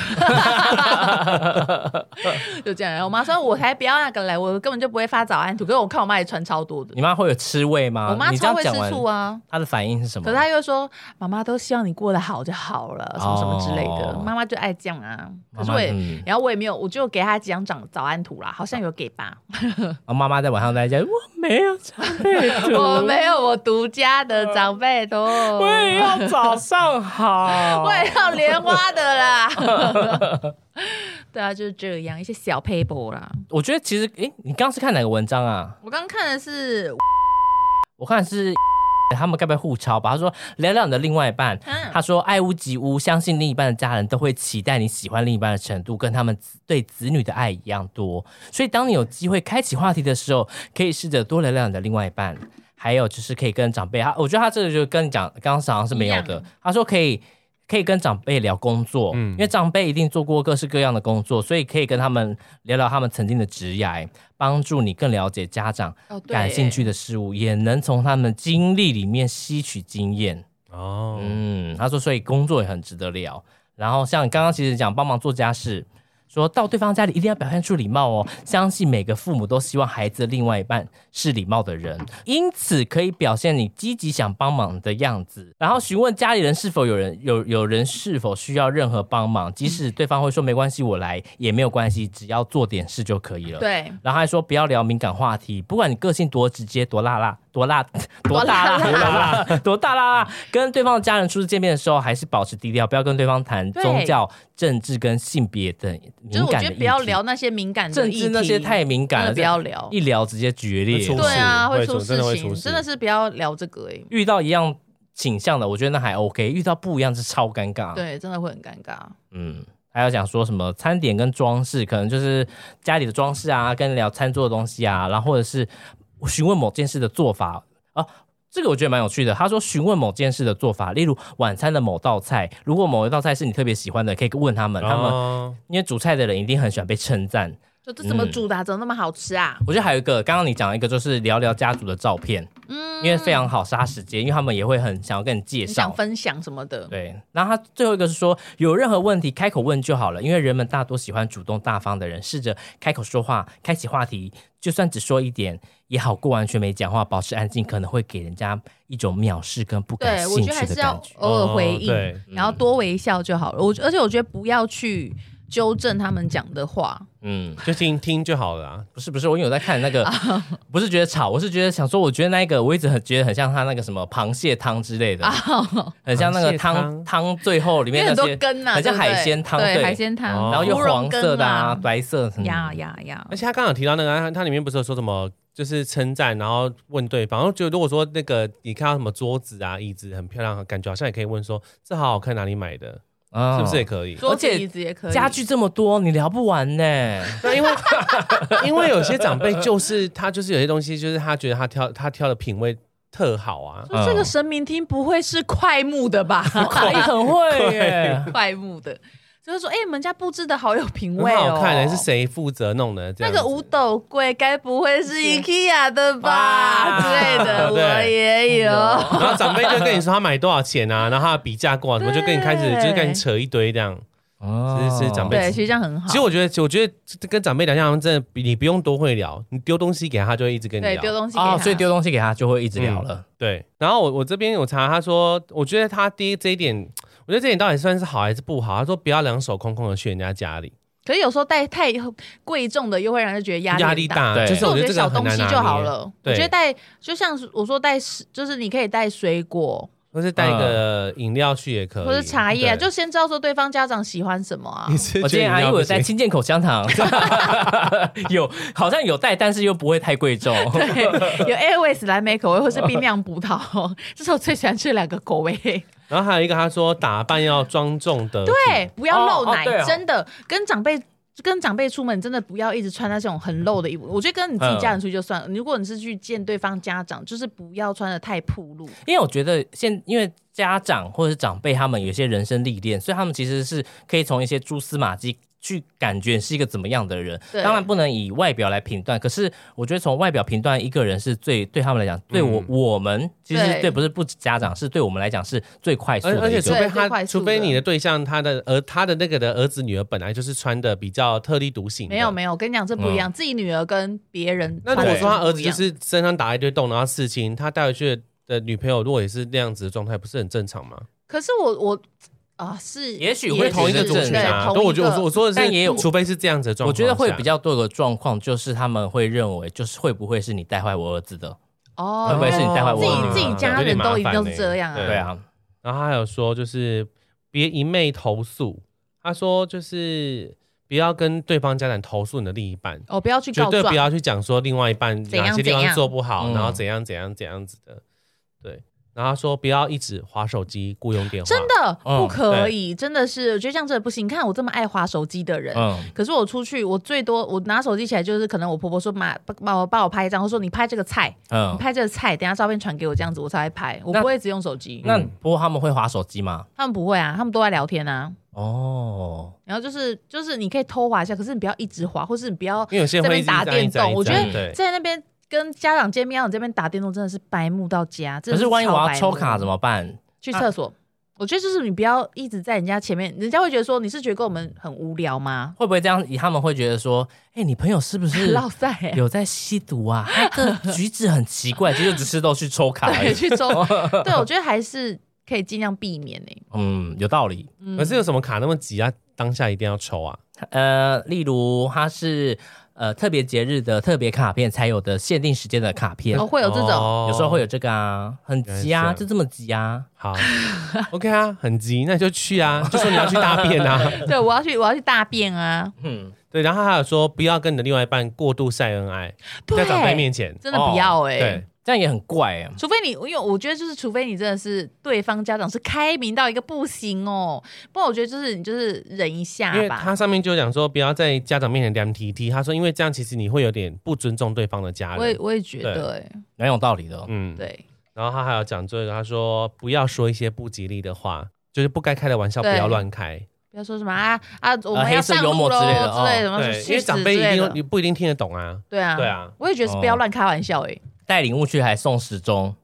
就这样，然后我妈说我才不要那个嘞，我根本就不会发早安图。可是我看我妈也传超多的。 你妈会有吃味吗？ 我妈超会吃醋啊。 她的反应是什么？ 可是她又说妈妈都希望你过得好就好了，什么什么之类的。妈妈就爱这样啊。可是然后我也没有，我就给她几张早安图啦，好像有给吧。 然后妈妈在晚上在家，我没有长辈图， 我没有我独家的长辈图， 我也要早上好， 我也要莲花的啦。对啊，就是这样一些小 paper 啦。 我觉得其实，你刚刚是看哪个文章啊？ 我刚刚看的是， 我看的是他们该不会互抄吧？他说聊聊你的另外一半，他说爱屋及乌，相信另一半的家人都会期待你喜欢另一半的程度跟他们对子女的爱一样多，所以当你有机会开启话题的时候，可以试着多聊聊你的另外一半。还有就是可以跟长辈，我觉得他这个就跟你讲刚刚好像是没有的。他说可以跟长辈聊工作，因为长辈一定做过各式各样的工作，所以可以跟他们聊聊他们曾经的职涯，帮助你更了解家长感兴趣的事物，也能从他们经历里面吸取经验。他说所以工作也很值得聊。然后像你刚刚其实讲帮忙做家事，说到对方家里一定要表现出礼貌哦，相信每个父母都希望孩子的另外一半是礼貌的人，因此可以表现你积极想帮忙的样子，然后询问家里人是否有人是否需要任何帮忙，即使对方会说没关系我来也没有关系，只要做点事就可以了。 对， 然后还说不要聊敏感话题，不管你个性多直接多大啦，跟对方的家人初次见面的时候还是保持低调，不要跟对方谈宗教、政治跟性别等敏感的议题，就是我觉得不要聊那些敏感的议题， 政治那些太敏感了， 不要聊， 一聊直接决裂。 对啊，会出事情， 真的是不要聊这个。 遇到一样倾向的，我觉得那还 OK； 遇到不一样是超尴尬。 对，真的会很尴尬。 还有讲说什么餐点跟装饰，可能就是家里的装饰啊，跟聊餐桌的东西啊，然后或者是询问某件事的做法啊。这个我觉得蛮有趣的。他说询问某件事的做法，例如晚餐的某道菜，如果某一道菜是你特别喜欢的，可以问他们，因为煮菜的人一定很喜欢被称赞。 就这怎么煮的、怎么那么好吃啊？ 我觉得还有一个，刚刚你讲一个就是聊聊家族的照片，因为非常好杀时间，因为他们也会很想要跟你介绍、 想分享什么的。 对，然后他最后一个是说，有任何问题开口问就好了，因为人们大多喜欢主动大方的人，试着开口说话，开启话题，就算只说一点也好过完全没讲话，保持安静，可能会给人家一种藐视跟不感兴趣的感觉。 对，我觉得还是要偶尔回应，然后多微笑就好了。而且我觉得不要去纠正他们讲的话， 就听就好了啊。 不是，我有在看那个，不是觉得吵，我是觉得想说，我觉得那个我一直觉得很像他那个什么螃蟹汤之类的，很像那个汤最后里面那些很多根啊， 很像海鲜汤， 对，海鲜汤， 然后有黄色的啊，白色呀。 而且他刚刚有提到那个，他里面不是有说什么？就是称赞，然后问对方。然后就如果说那个你看到什么桌子啊、椅子很漂亮，感觉好像也可以问说这好好看，哪里买的？是不是也可以？ 桌子椅子也可以， 家具这么多，你聊不完呢。 那因为有些长辈就是他就是有些东西，就是他觉得他挑的品味特好啊。 说这个神明厅不会是快木的吧？ 你很会耶， 快木的。就是说，你们家布置的好有品味哦， 很好看的，是谁负责弄的？ 那个五斗柜该不会是 IKEA 的吧？之类的，我也有。然后长辈就跟你说他买多少钱啊，然后他的比价过什么，就跟你开始就是跟你扯一堆这样。是长辈， 对，其实这样很好。 其实我觉得跟长辈聊天真的，你不用多会聊，你丢东西给他，就会一直跟你聊。 对，丢东西给他， 所以丢东西给他就会一直聊了。 对，然后我这边有查，他说，我觉得他这一点。我觉得这点到底算是好还是不好？他说不要两手空空的去人家家里。 可是有时候带太贵重的，又会让人觉得压力大。 就是我觉得这个小东西就好了。 我觉得带，就像我说带，就是你可以带水果， 或是带一个饮料去也可以， 或者茶叶，就先知道说对方家长喜欢什么啊。 我今天阿姨我带清健口香糖，好像有带，但是又不会太贵重。 对，有 Airways 蓝莓口味或是冰凉葡萄，这是我最喜欢吃的2个口味。 然后还有一个，他说打扮要庄重的， 对，不要露奶，真的跟长辈出门，真的不要一直穿那种很露的衣服。我觉得跟你自己家人出去就算了，如果你是去见对方家长，就是不要穿的太暴露。 因为我觉得因为家长或者是长辈他们有一些人生历练，所以他们其实是可以从一些蛛丝马迹去感觉是一个怎么样的人。当然不能以外表来评断，可是我觉得从外表评断一个人是对他们来讲，对我们其实对不是不止家长，是对我们来讲是最快速的一个。 而且除非你的对象他的那个的儿子女儿本来就是穿的比较特立独行的。 没有，我跟你讲这不一样，自己女儿跟别人。 那如果说他儿子就是身上打一堆洞，然后刺青，他带回去的女朋友如果也是那样子的状态，不是很正常吗？ 可是我。是， 也许会同一个族群啊。我说的是，但也有，除非是这样子的状况。 我觉得会比较多的状况，就是他们会认为，就是会不会是你带坏我儿子的？会不会是你带坏我儿子？ 自己家人都一定都是这样啊。 对啊。 然后他还有说，就是别一昧投诉。他说，就是不要跟对方家长投诉你的另一半。 不要去告状， 绝对不要去讲说另外一半哪些地方做不好，然后怎样子的。对。然后他说不要一直滑手机、雇佣电话， 真的不可以，真的是，我觉得这样真的不行。你看我这么爱滑手机的人，可是我出去，我最多我拿手机起来就是可能我婆婆说帮我拍一张，或说你拍这个菜，你拍这个菜，等一下照片传给我，这样子我才会拍，我不会只用手机。 那不过他们会滑手机吗？ 他们不会啊，他们都在聊天啊。然后就是你可以偷滑一下，可是你不要一直滑，或是你不要在那边打电动。我觉得在那边。跟家长见面，这边打电动真的是白目到家。可是万一我要抽卡怎么办？ 去厕所。我觉得就是你不要一直在人家前面，人家会觉得说你是觉得跟我们很无聊吗？ 会不会这样？他们会觉得说，你朋友是不是有在吸毒啊？他的举止很奇怪，就只是都去抽卡而已。 对，去抽。对，我觉得还是可以尽量避免有道理。 可是有什么卡那么急啊？当下一定要抽啊？ 例如他是。特别节日的特别卡片才有的限定时间的卡片， 会有这种， 有时候会有这个啊，很急啊，就这么急啊。 好，OK 啊，很急，那就去啊，就说你要去大便啊。 对，我要去大便啊。 对，然后还有说不要跟你的另外一半过度晒恩爱，在长辈面前， 真的不要对。 这样也很怪啊， 除非你，因为我觉得就是，除非你真的是对方家长是开明到一个不行哦，不然我觉得就是你就是忍一下吧。 因为他上面就讲说，不要在家长面前凉踢踢。他说，因为这样其实你会有点不尊重对方的家人。 我也觉得， 蛮有道理的。 对。 然后他还有讲这个，他说不要说一些不吉利的话，就是不该开的玩笑不要乱开。 不要说什么我们要上路黑色幽默之类的之类的什么， 因为长辈你不一定听得懂啊。 对啊，我也觉得是不要乱开玩笑带礼物去还送时钟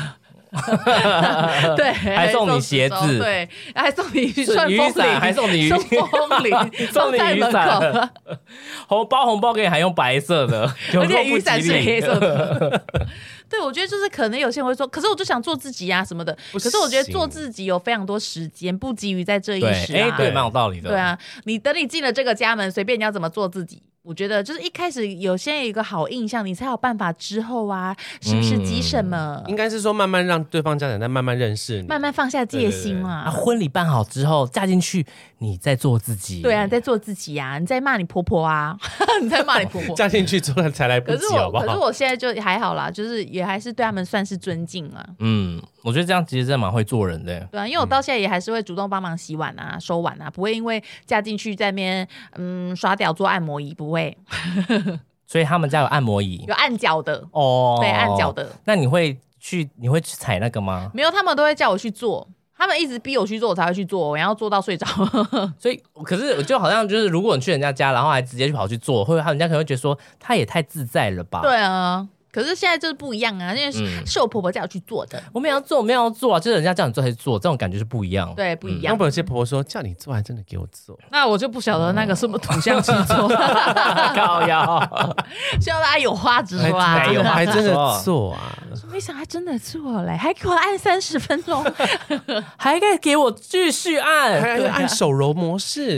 对， 还送你鞋子， 对，还送你串雨伞，还送你风铃， 送你雨伞，红包给你还用白色的， 而且雨伞是黑色的。对，我觉得就是可能有些人会说，可是我就想做自己啊什么的。可是我觉得做自己有非常多时间，不急于在这一时啊。 对，蛮有道理的。 对啊，等你进了这个家门，随便你要怎么做自己。我觉得就是一开始有先有一个好印象，你才有办法之后啊，是不是急什么？ 应该是说慢慢让对方家长再慢慢认识你， 慢慢放下戒心嘛。 婚礼办好之后嫁进去，你再做自己。 对啊，你在做自己啊，你在骂你婆婆啊，你在骂你婆婆。 嫁进去之后才来不及，好不好？ 可是我现在就还好啦，就是也还是对他们算是尊敬啊。 我觉得这样其实真的蛮会做人的。 对啊，因为我到现在也还是会主动帮忙洗碗啊、收碗啊，不会因为嫁进去在那边刷屌做按摩椅，不会。 所以他们家有按摩椅， 有按脚的哦， 对，按脚的。 那你会去踩那个吗？ 没有，他们都会叫我去做，他们一直逼我去做，我才会去做，然后做到睡着。 所以，可是就好像就是，如果你去人家家，然后还直接去跑去做，会人家可能会觉得说，他也太自在了吧？ 对啊。可是现在就是不一样啊，因为是我婆婆叫我去做的。 我没有要做啊，就是人家叫你做才做，这种感觉是不一样。 对，不一样。 有些婆婆说叫你做，还真的给我做。 那我就不晓得那个什么土象星座， 靠腰， 希望大家有话直说啊， 还真的做啊！ 没想到还真的做嘞，还给我按30分钟， 还可以给我继续按， 还按手揉模式，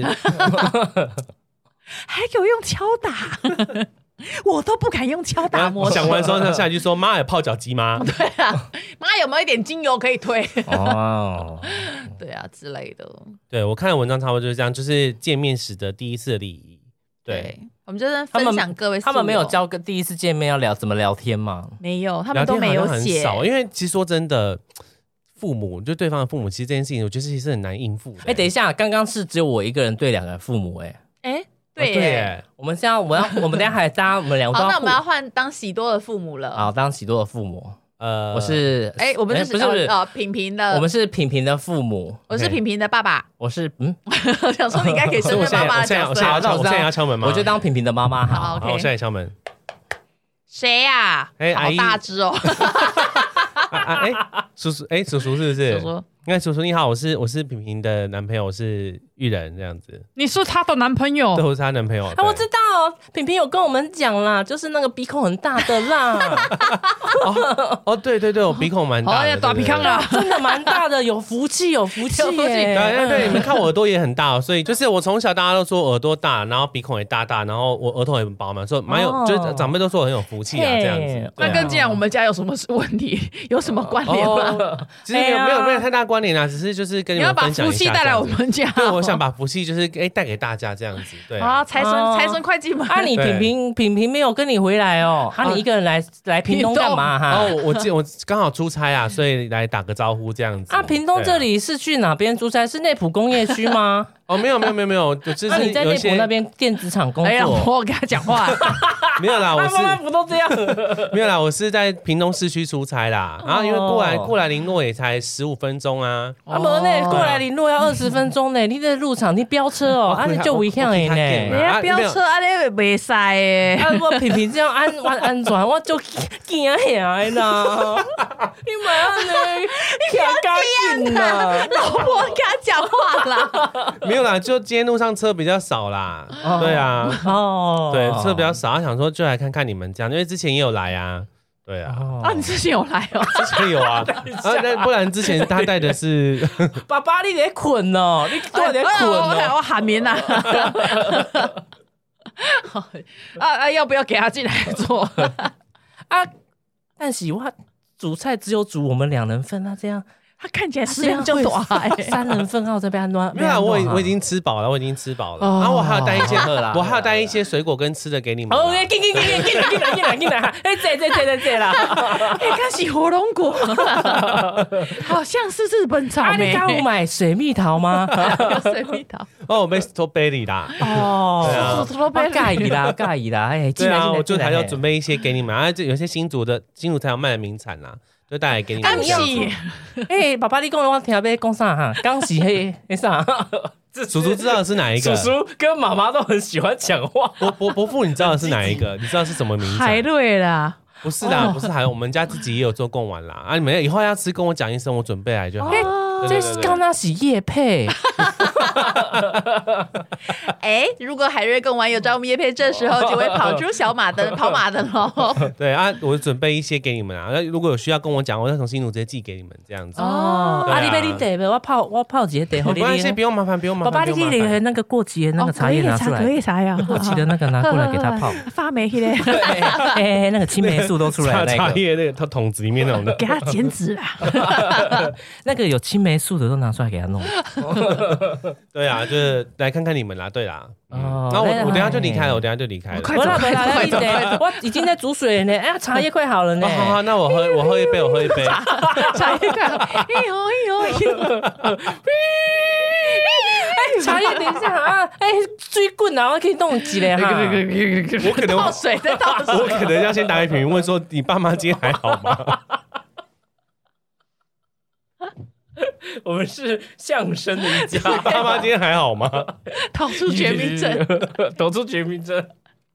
还给我用敲打。我都不敢用敲打模式。 讲完之后，他下一句说：“妈有泡脚机吗？” 对啊，妈有没有一点精油可以推？哦，对啊之类的。 对，我看的文章差不多就是这样，就是见面时的第一次的礼仪。对， 我们就是分享各位。 他们没有教第一次见面要怎么聊天吗？ 没有，他们都没有写。 很少，因为其实说真的。父母就对方的父母，其实这件事情，我觉得其实很难应付的。 等一下，刚刚是只有我一个人对2个父母， 对耶， 我们现在我们等一下还我们2个都好，那我们要换当喜多的父母了。 好，当喜多的父母。我是我们是平平的， 我们是平平的父母。 我是平平的爸爸。 我是想说你应该可以胜任妈妈的角色。 我现在要敲门吗？ 我就当平平的妈妈。 好， 我现在敲门。 谁呀？好大只哦！ 叔叔，叔叔是不是？ 叔叔， 叔叔你好，我是平平的男朋友，我是玉人这样子。 你是他的男朋友？ 对，我是他男朋友。 我知道，平平有跟我们讲啦，就是那个鼻孔很大的啦。 对，我鼻孔蛮大的， 大鼻孔啊， 真的蛮大的，有福气耶。 对，你们看我耳朵也很大，所以就是我从小大家都说耳朵大，然后鼻孔也大，然后我额头也很薄嘛，所以蛮有，就是长辈都说我很有福气啊，这样子。 那跟既然我们家有什么问题，有什么关联吗？ 其实没有太大关联啊，只是就是跟你们分享一下。 你要把福气带来我们家。 对，我想把福气就是带给大家这样子。对啊，财神快进门。 你平平没有跟你回来哦？你一个人来屏东干嘛哈？ 我刚好出差啊，所以来打个招呼这样子。 屏东这里是去哪边出差？是内埔工业区吗？ 没有，就是你在内埔那边电子厂工作。 我跟他讲话。 没有啦，我是不都这样？ 没有啦，我是在屏东市区出差啦。然后因为过来林诺也才15分钟啊。 过来林诺要20分钟呢，你在入场你飙车哦，你就危险的呢。 人家飙车你袂使诶。 我平平这样安全，我就惊吓的啦。你买安尼，你赶紧啦， 老婆跟他讲话啦。 没有啦，就今天路上车比较少啦。对啊，对，车比较少，想说就来看看你们这样，因为之前也有来啊。对啊， 你之前有来哦？ 之前有啊，不然之前他带的是爸爸，你在困哦，你在困哦， 我喊眠呐。要不要给他进来做但是我煮菜只有煮我们2人份啊，这样。 他看起来食量就大 ，3人份号这边暖。 没有，我已经吃饱了，然后我还有带一些水果跟吃的给你们。 进来，这啦。 看是火龙果，好像是日本草莓。 你刚有买水蜜桃吗？ 水蜜桃。 我买 strawberry 啦。 介意啦。对啊，我就还要准备一些给你们啊，有些新竹才有卖的名产啦。 就带来给你们。 恭喜！ 爸爸，你讲我听要讲啥哈？恭喜那啥。 叔叔知道的是哪一个？ 叔叔跟妈妈都很喜欢讲话。 伯父，你知道的是哪一个？你知道是什么名字？ 海瑞啦。 不是啦，不是海瑞，我们家自己也有做贡丸啦。啊，你们以后要吃，跟我讲一声，我准备来就好。 这是刚刚是业配。 如果海瑞贡丸有找我们业配，这时候就会跑出小马灯、跑马灯喽。 对啊，我准备一些给你们啊。如果有需要跟我讲，我再从新竹直接寄给你们这样子。 你被你得呗，我泡几个得。 没关系，不用麻烦，不用麻烦。 爸爸，你可以那个过期的那个茶叶拿出来， 可以茶呀， 过期的那个拿过来给他泡。 发霉的， 那个青霉素都出来， 茶叶那个桶子里面那种的， 给他减脂啦。 那个有青霉素的都拿出来给他弄。 对啊，就是来看看你们啦。对啦，那我等一下就离开了， 快走！ 我已经在煮水了呢。茶叶快好了呢。 好，那我喝一杯， 茶叶快好。 茶叶等一下啊！水滚啊，我可以弄几嘞哈。 我可能倒水， 我可能要先打给评论问说，你爸妈今天还好吗？ 我们是相声的一家， 爸妈今天还好吗？ 逃出绝命镇， 逃出绝命镇。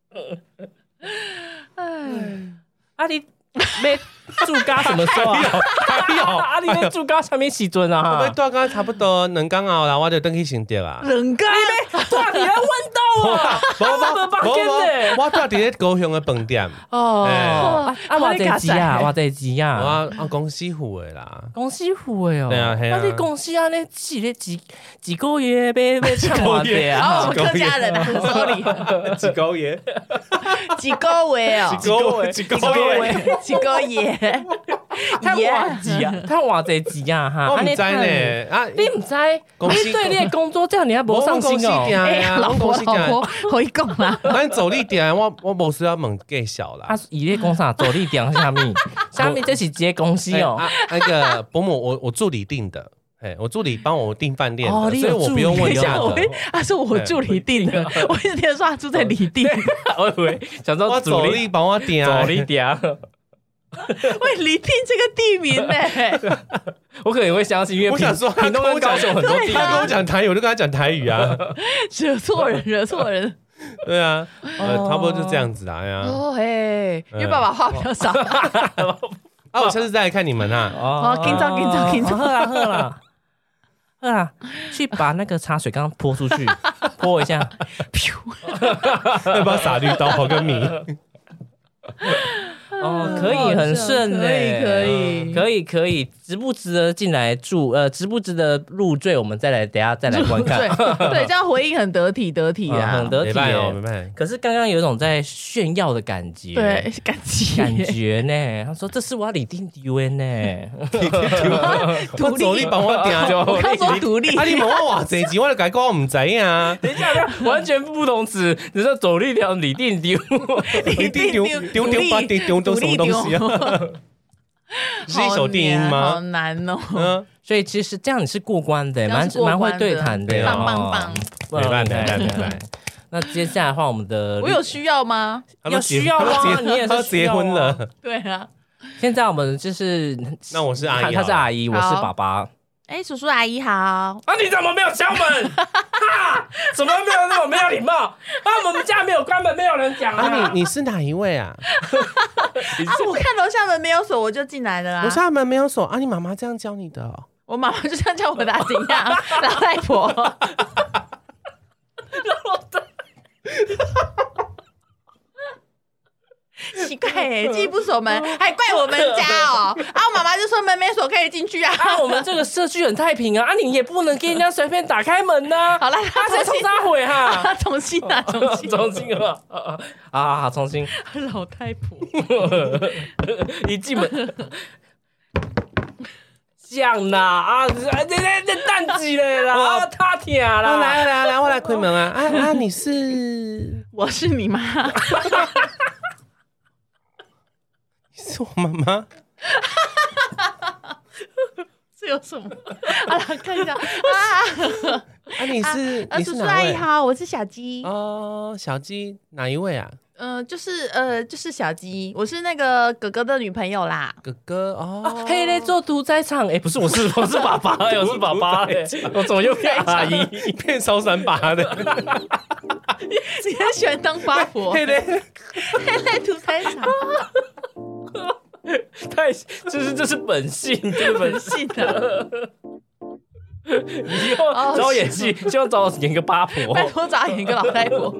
你要住家什么时候啊？你要住家什么时阵啊？ 我住家差不多2天后啦，我就回去新竹啊。 2天？ 住伫咧阮兜啊？ 我住伫咧高雄的饭店。 偌济钱啊？偌济钱啊？ 我公司付的啦。 公司付的哦。 对啊，系啊。 你公司安尼是咧几个月要唱偌济啊？ 我们客家人啊，sorry。 几个月？ 几个月哦？ 几个月？ 他偌济啊？他偌济钱啊？哈？ 我唔知呢。啊， 你唔知？你对你的工作这样你还无上心哦？ 老婆，可以讲啦。 咱走力点，我无需要问介绍啦。 伊咧讲啥？走力点下面这是一个公司哦。 那个伯母，我助理订的。我助理帮我订饭店的，所以我不用问价格。 他说我助理订的，我一直听说他住在里地。 我以为想说我助理帮我订， 助理订。 喂，里地这个地名呢？ 我可能会相信，因为我想说， 屏东跟高雄很多地， 他跟我讲台语，我就跟他讲台语啊。 惹错人。 对啊，差不多就这样子啊。 因为爸爸话比较少。 我下次再来看你们啊。 紧张。 喝啦，去把那个茶水刚泼出去，泼一下， 要不要撒绿豆跟米？ 可以很顺呢，可以，值不值得进来住？值不值得入赘？我们等下再来观看。 对，这样回应很得体啊， 很得体哦。 可是刚刚有一种在炫耀的感觉， 对，感觉呢。他说：“这是我里定丢的呢， 独立帮我订， 我刚说独立。 你问我偌济钱，我就改讲我唔知啊。 等一下，完全不同词。你说走力条里定丢， 里定丢什么东西啊？是一首电音吗？ 好难哦。 所以其实这样你是过关的，蛮会对谈的， 棒， 没办。 那接下来的话，我们的我有需要吗？ 要需要啊，你也是结婚了。 对啊。 现在我们就是那我是阿姨， 她是阿姨，我是爸爸。 叔叔阿姨好。 你怎么没有敲门？怎么没有那么没有礼貌？我们家没有关门，没有人讲啊。 你是哪一位啊？ 我看楼下门没有锁，我就进来了啦。 楼下门没有锁啊？你妈妈这样教你的哦？ 我妈妈就这样教我的，怎样？老太婆。奇怪既不锁门还怪我们家哦。我妈妈就说门没锁可以进去啊。 我们这个社区很太平啊，你也不能给人家随便打开门呐。 好了， 他才从啥回哈？ 重新啊， 重新啊，重新。 老太婆一进门。像啦这蛋鸡嘞啦，他疼啦！ 来，我来开门啊！你是？ 我是你妈。 你是我妈妈？ 这有什么？看一下你是叔叔阿姨好，我是小鸡。 小鸡哪一位啊？ 就是小鸡，我是那个哥哥的女朋友啦。 哥哥哦， 嘿嘞，做屠宰场，不是，我是爸爸，我是爸爸，我怎么又变阿姨， 变烧三八的？ 你很喜欢当八婆？嘿嘞，屠宰场， 这是本性，这是本性的。以后找我演戏，就要找我演个八婆， 拜托找我演一个老太婆。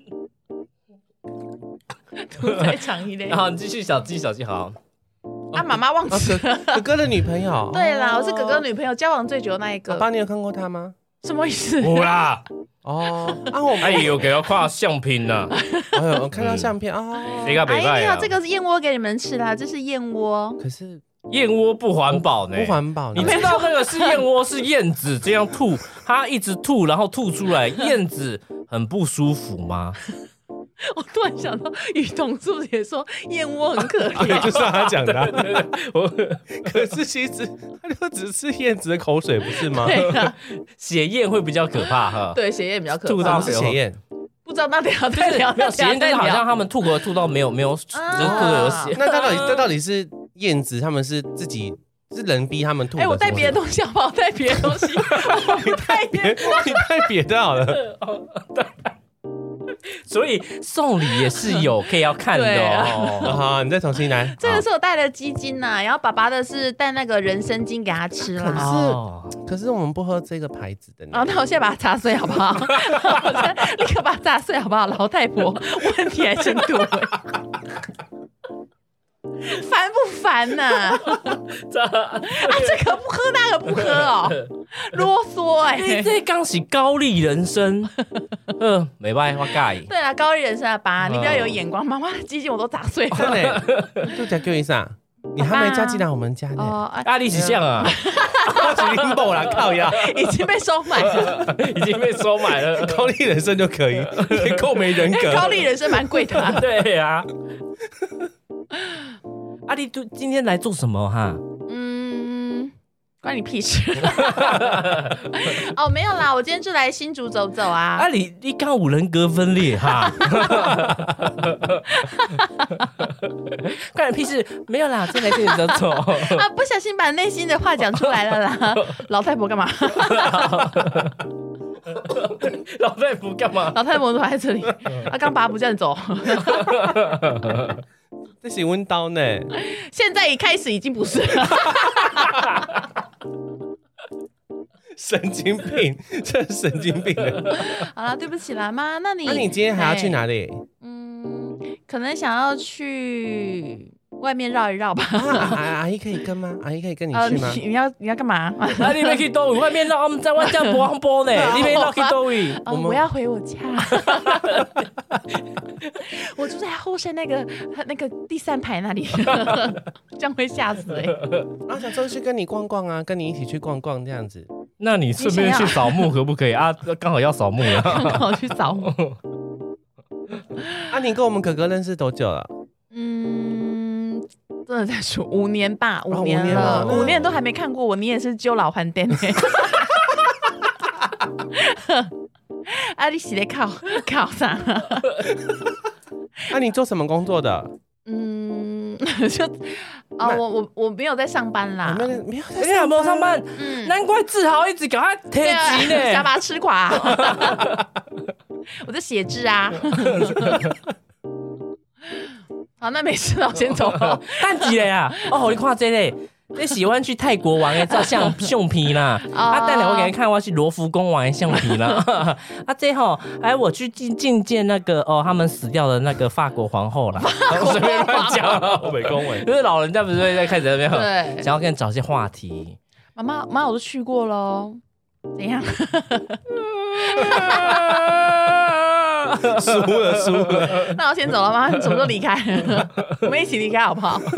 屠宰场一类。 好，你继续，小鸡好。 妈妈忘记了哥哥的女朋友。 对啦，我是哥哥女朋友，交往最久的那一个。 爸爸，你有看过她吗？ 什么意思？ 有啦。 我有给他看相片呐。 我看到相片啊。 你好， 这个是燕窝给你们吃啦，这是燕窝。 可是燕窝不环保呢， 不环保。 你知道那个是燕窝，是燕子这样吐，它一直吐，然后吐出来，燕子很不舒服吗？ 我突然想到，雨桐是不是也说燕窝很可怜？ 就是他讲的。可是其实他就只是燕子的口水，不是吗？ 血燕会比较可怕哈。 对，血燕比较可怕。 吐到血燕， 不知道那聊再聊。 血燕就是好像他们吐到没有，就是吐的有血。 那到底是燕子，他们是自己是人逼他们吐的？ 我带别的东西好不好？带别的东西， 你带别的好了。 所以送礼也是有可以要看的哦。 好，你再重新来。 这个是我带的鸡精呐，然后爸爸的是带那个人参精给他吃啦。 可是我们不喝这个牌子的。 那我现在把它砸碎好不好？我现在立刻把它砸碎好不好？老太婆问题还真多。烦不烦呐？这个不喝那个不喝哦，啰嗦这刚是高丽人参，没办法，我介意。 对啦，高丽人参啊，爸，你比较有眼光，妈妈的鸡精我都砸碎了。 真的，就讲给我啥？你还没嫁进来我们家呢。 阿里是像啊， 是林宝啦，靠呀， 已经被收买了， 已经被收买了。 高丽人参就可以，够没人格。 高丽人参蛮贵的。 对呀。阿丽今天来做什么哈？ 关你屁事。没有啦，我今天就来新竹走走啊。 你刚有人格分裂哈？关你屁事？没有啦，今天来这里走走。 不小心把内心的话讲出来了啦。老太婆干嘛？ 老太婆干嘛？ 老太婆都在这里。刚爸不叫你走。 这是温刀呢。 现在一开始已经不是了。 神经病，这是神经病的。 好了，对不起啦，妈。那你今天还要去哪里？ 可能想要去外面绕一绕吧。 阿姨可以跟吗？阿姨可以跟你去吗？ 你要干嘛？ 你们去多位外面绕，我们在外面播播呢。你们绕去多位？ 我要回我家。我住在后山那个第3排那里，这样会吓死想说去跟你逛逛啊，跟你一起去逛逛这样子。 那你顺便去扫墓可不可以啊？刚好要扫墓了， 刚好去扫墓。 你跟我们哥哥认识多久了？ 真的在说5年吧，5年了，5年都还没看过我，你也是揪老还电。你是在考啥？ 你做什么工作的？ 我没有在上班啦， 没有上班，难怪志豪一直赶快贴级呢， 想把它吃垮。我在写字啊。好，那没事了，我先走了。 蛋几嘞啊？你看这嘞，你喜欢去泰国玩的照相片啦。等下我给你看，我去罗浮宫玩的相片啦。这我去觐见那个他们死掉的那个法国皇后啦。我随便乱讲， 我没恭维。 就是老人家不是会在开始那边， 对， 想要跟你找些话题。 妈，我都去过咯。怎样？ 输了。 那我先走了吗？你什么时候离开？我们一起离开好不好？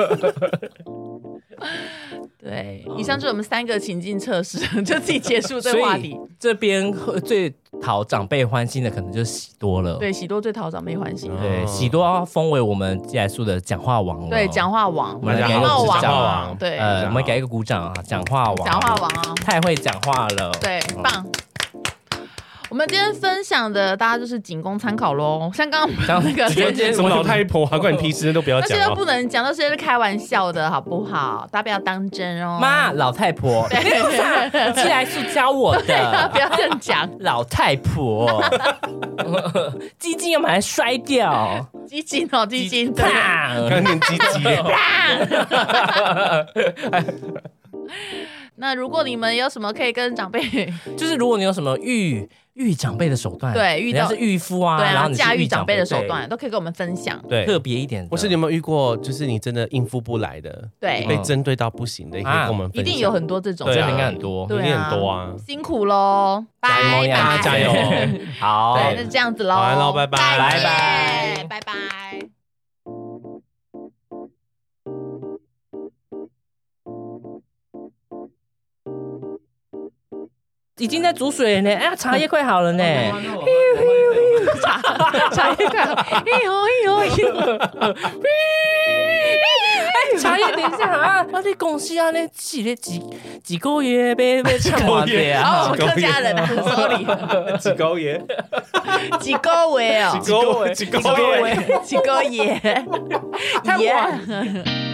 对，以上就是我们3个情境测试，就自己结束这个话题。 这边最讨长辈欢心的可能就是喜多了。 对，喜多最讨长辈欢心。 对，喜多要封为我们寄来素的讲话王了。 对，讲话王， 我们给一个讲话王。对， 我们给一个鼓掌啊！讲话王， 讲话王啊， 太会讲话了。 对，棒。 我们今天分享的大家就是仅供参考咯，像刚刚那个什么老太婆啊，关你屁事都不要讲， 那些都不能讲，那些是开玩笑的好不好？大家不要当真哦。 妈，老太婆，寄来是教我的， 不要这样讲。 老太婆，基金要买来摔掉， 基金哦，基金， 刚念鸡鸡。 那如果你们有什么可以跟长辈， 就是如果你有什么育长辈的手段， 对，遇到是育夫啊， 对啊， 然后你驾驭长辈的手段，都可以跟我们分享， 对， 特别一点的。 或是你有没有遇过，就是你真的应付不来的， 对， 被针对到不行的，也可以跟我们分享。 一定有很多这种， 对，应该很多， 一定很多啊， 辛苦喽， 加油呀，加油！好， 对，那就这样子喽， 晚安喽，拜拜， 拜拜， 拜拜。 已经在煮水了呢，哎呀，茶叶快好了呢， 茶叶快好， 茶叶等一下啊！你公司啊，你几个月被唱完的啊？ 好，我们客家人啊，sorry， 几个月， 几个月哦， 几个月， 几个月，耶。